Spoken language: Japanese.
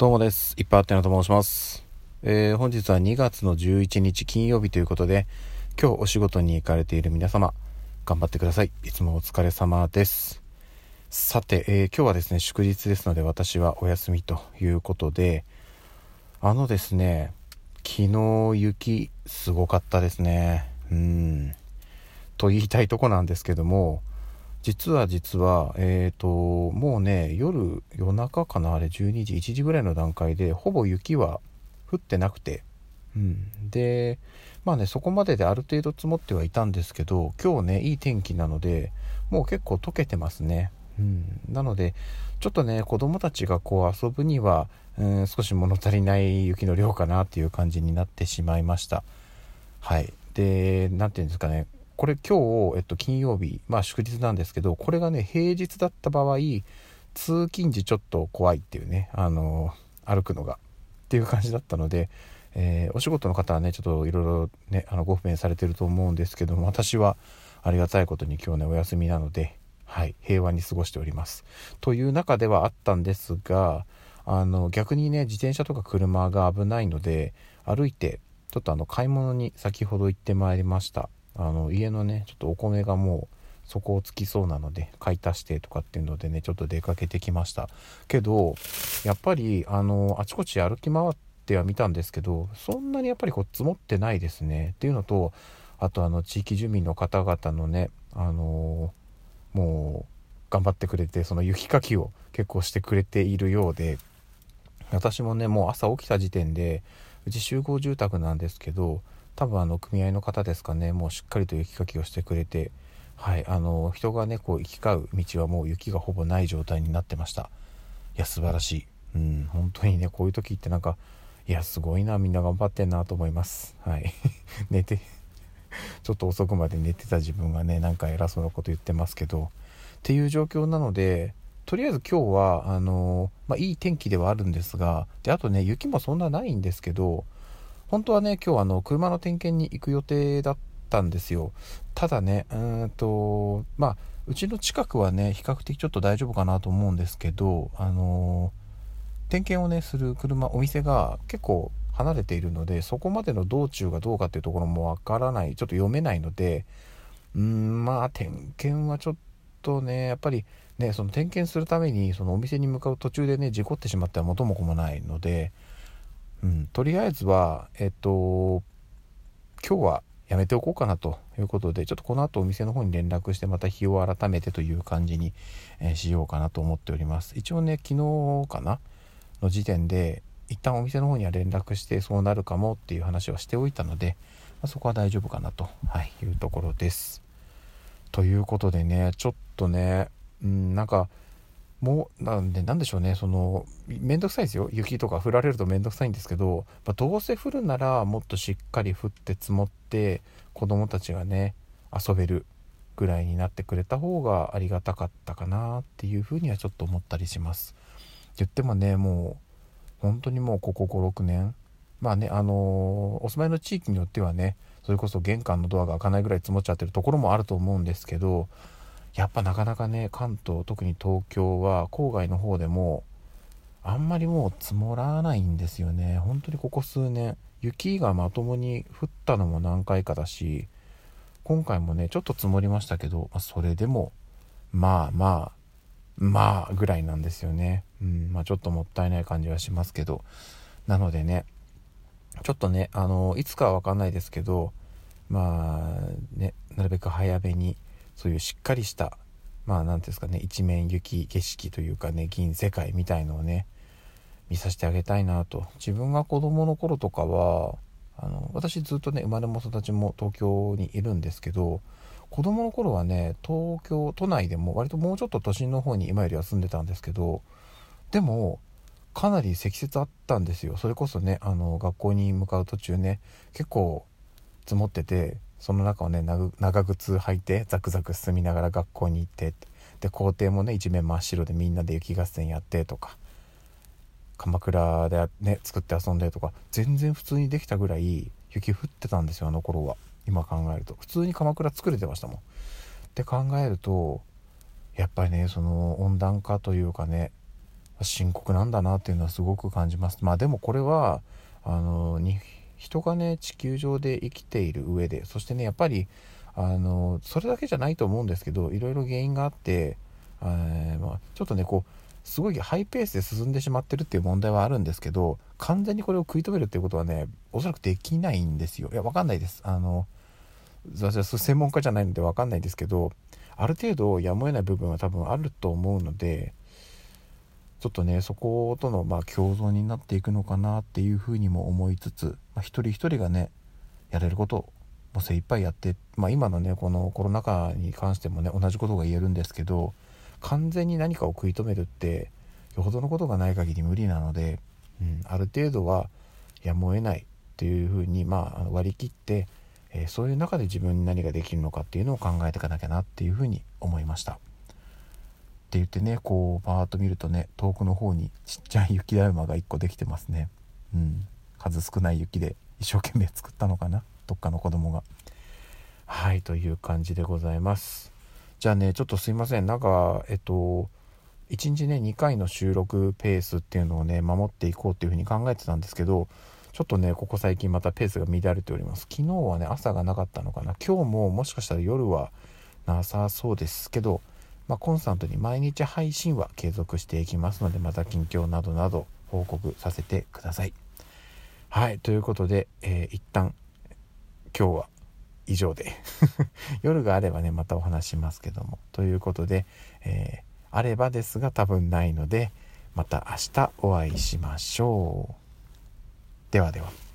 どうもです。いっぱいあってなと申します。本日は2月の11日金曜日ということで、今日お仕事に行かれている皆様、頑張ってください。いつもお疲れ様です。さて、今日はですね、祝日ですので私はお休みということで、ですね、昨日雪すごかったですね。と言いたいとこなんですけども、実は、もうね、夜中かな、あれ12時、1時ぐらいの段階で、ほぼ雪は降ってなくて、で、まあね、そこまでである程度積もってはいたんですけど、今日ね、いい天気なので、もう結構溶けてますね。なので、ちょっとね、子供たちがこう遊ぶには、少し物足りない雪の量かなっていう感じになってしまいました。はい。で、なんていうんですかね、これ今日、金曜日、祝日なんですけど、これがね、平日だった場合、通勤時ちょっと怖いっていうね、歩くのがっていう感じだったので、お仕事の方はね、ちょっといろいろね、ご不便されてると思うんですけども、私はありがたいことに今日ね、お休みなので、はい、平和に過ごしております。という中ではあったんですが、逆にね、自転車とか車が危ないので、歩いて、ちょっと買い物に先ほど行ってまいりました。家のねちょっとお米がもう底をつきそうなので買い足してとかっていうのでねちょっと出かけてきましたけど、やっぱりあちこち歩き回ってはみたんですけど、そんなにやっぱりこう積もってないですねっていうのと、あと地域住民の方々のねもう頑張ってくれて、その雪かきを結構してくれているようで、私もねもう朝起きた時点で、うち集合住宅なんですけど、多分組合の方ですかね、もうしっかりと雪かきをしてくれて、はい、人がねこう行き交う道はもう雪がほぼない状態になってました。いや素晴らしい。本当にねこういう時ってなんか、いやすごいな、みんな頑張ってんなと思います。はい寝てちょっと遅くまで寝てた自分がねなんか偉そうなこと言ってますけどっていう状況なので、とりあえず今日はいい天気ではあるんですが、であとね雪もそんなないんですけど、本当はね今日車の点検に行く予定だったんですよ。ただねうちの近くはね比較的ちょっと大丈夫かなと思うんですけど、点検をねするお店が結構離れているので、そこまでの道中がどうかっていうところもわからない、ちょっと読めないので、点検はちょっとねやっぱりね、その点検するためにそのお店に向かう途中でね事故ってしまっては元も子もないので、とりあえずは今日はやめておこうかなということで、ちょっとこの後お店の方に連絡してまた日を改めてという感じに、しようかなと思っております。一応ね昨日かなの時点で一旦お店の方には連絡して、そうなるかもっていう話はしておいたので、そこは大丈夫かなと、いうところです。ということでね、ちょっとねなんかもうなんでしょうね、めんどくさいですよ、雪とか降られるとめんどくさいんですけど、どうせ降るならもっとしっかり降って積もって子供たちがね遊べるぐらいになってくれた方がありがたかったかなっていうふうにはちょっと思ったりします。言ってもねもう本当にもうここ5、6年、お住まいの地域によってはね、それこそ玄関のドアが開かないぐらい積もっちゃってるところもあると思うんですけど、やっぱなかなかね関東、特に東京は郊外の方でもあんまりもう積もらないんですよね。本当にここ数年雪がまともに降ったのも何回かだし、今回もねちょっと積もりましたけど、それでもぐらいなんですよね。ちょっともったいない感じはしますけど、なのでねちょっとねいつかは分かんないですけど、なるべく早めにそういうしっかりしたなんていうんですかね、一面雪景色というかね、銀世界みたいのをね見させてあげたいなと。自分が子供の頃とかは私ずっとね生まれも育ちも東京にいるんですけど、子供の頃はね東京都内でも割ともうちょっと都心の方に今よりは住んでたんですけど、でもかなり積雪あったんですよ。それこそね学校に向かう途中ね結構積もってて、その中をね長靴履いてザクザク進みながら学校に行って、で校庭もね一面真っ白でみんなで雪合戦やってとか、鎌倉でね作って遊んでとか、全然普通にできたぐらい雪降ってたんですよ、あの頃は。今考えると普通に鎌倉作れてましたもん。って考えるとやっぱりねその温暖化というかね、 深刻なんだなっていうのはすごく感じます。でもこれは人がね地球上で生きている上で、そしてねやっぱりそれだけじゃないと思うんですけど、いろいろ原因があって、ちょっとねすごいハイペースで進んでしまってるっていう問題はあるんですけど、完全にこれを食い止めるっていうことはねおそらくできないんですよ。いやわかんないです。私は専門家じゃないのでわかんないですけど、ある程度やむを得ない部分は多分あると思うので、ちょっとねそことの共存になっていくのかなっていうふうにも思いつつ、一人一人がねやれることをもう精一杯やって、今のねこのコロナ禍に関してもね同じことが言えるんですけど、完全に何かを食い止めるってよほどのことがない限り無理なので、ある程度はやむを得ないっていうふうに割り切って、そういう中で自分に何ができるのかっていうのを考えていかなきゃなっていうふうに思いました。って言ってねパーッと見るとね、遠くの方にちっちゃい雪だるまが1個できてますね。数少ない雪で一生懸命作ったのかな、どっかの子供が。はいという感じでございます。じゃあねちょっとすいません、1日ね2回の収録ペースっていうのをね守っていこうっていうふうに考えてたんですけど、ちょっとねここ最近またペースが乱れております。昨日はね朝がなかったのかな、今日ももしかしたら夜はなさそうですけど、コンスタントに毎日配信は継続していきますので、また近況などなど報告させてください。はいということで、一旦今日は以上で夜があればねまたお話しますけども、ということで、あればですが多分ないので、また明日お会いしましょう。ではでは。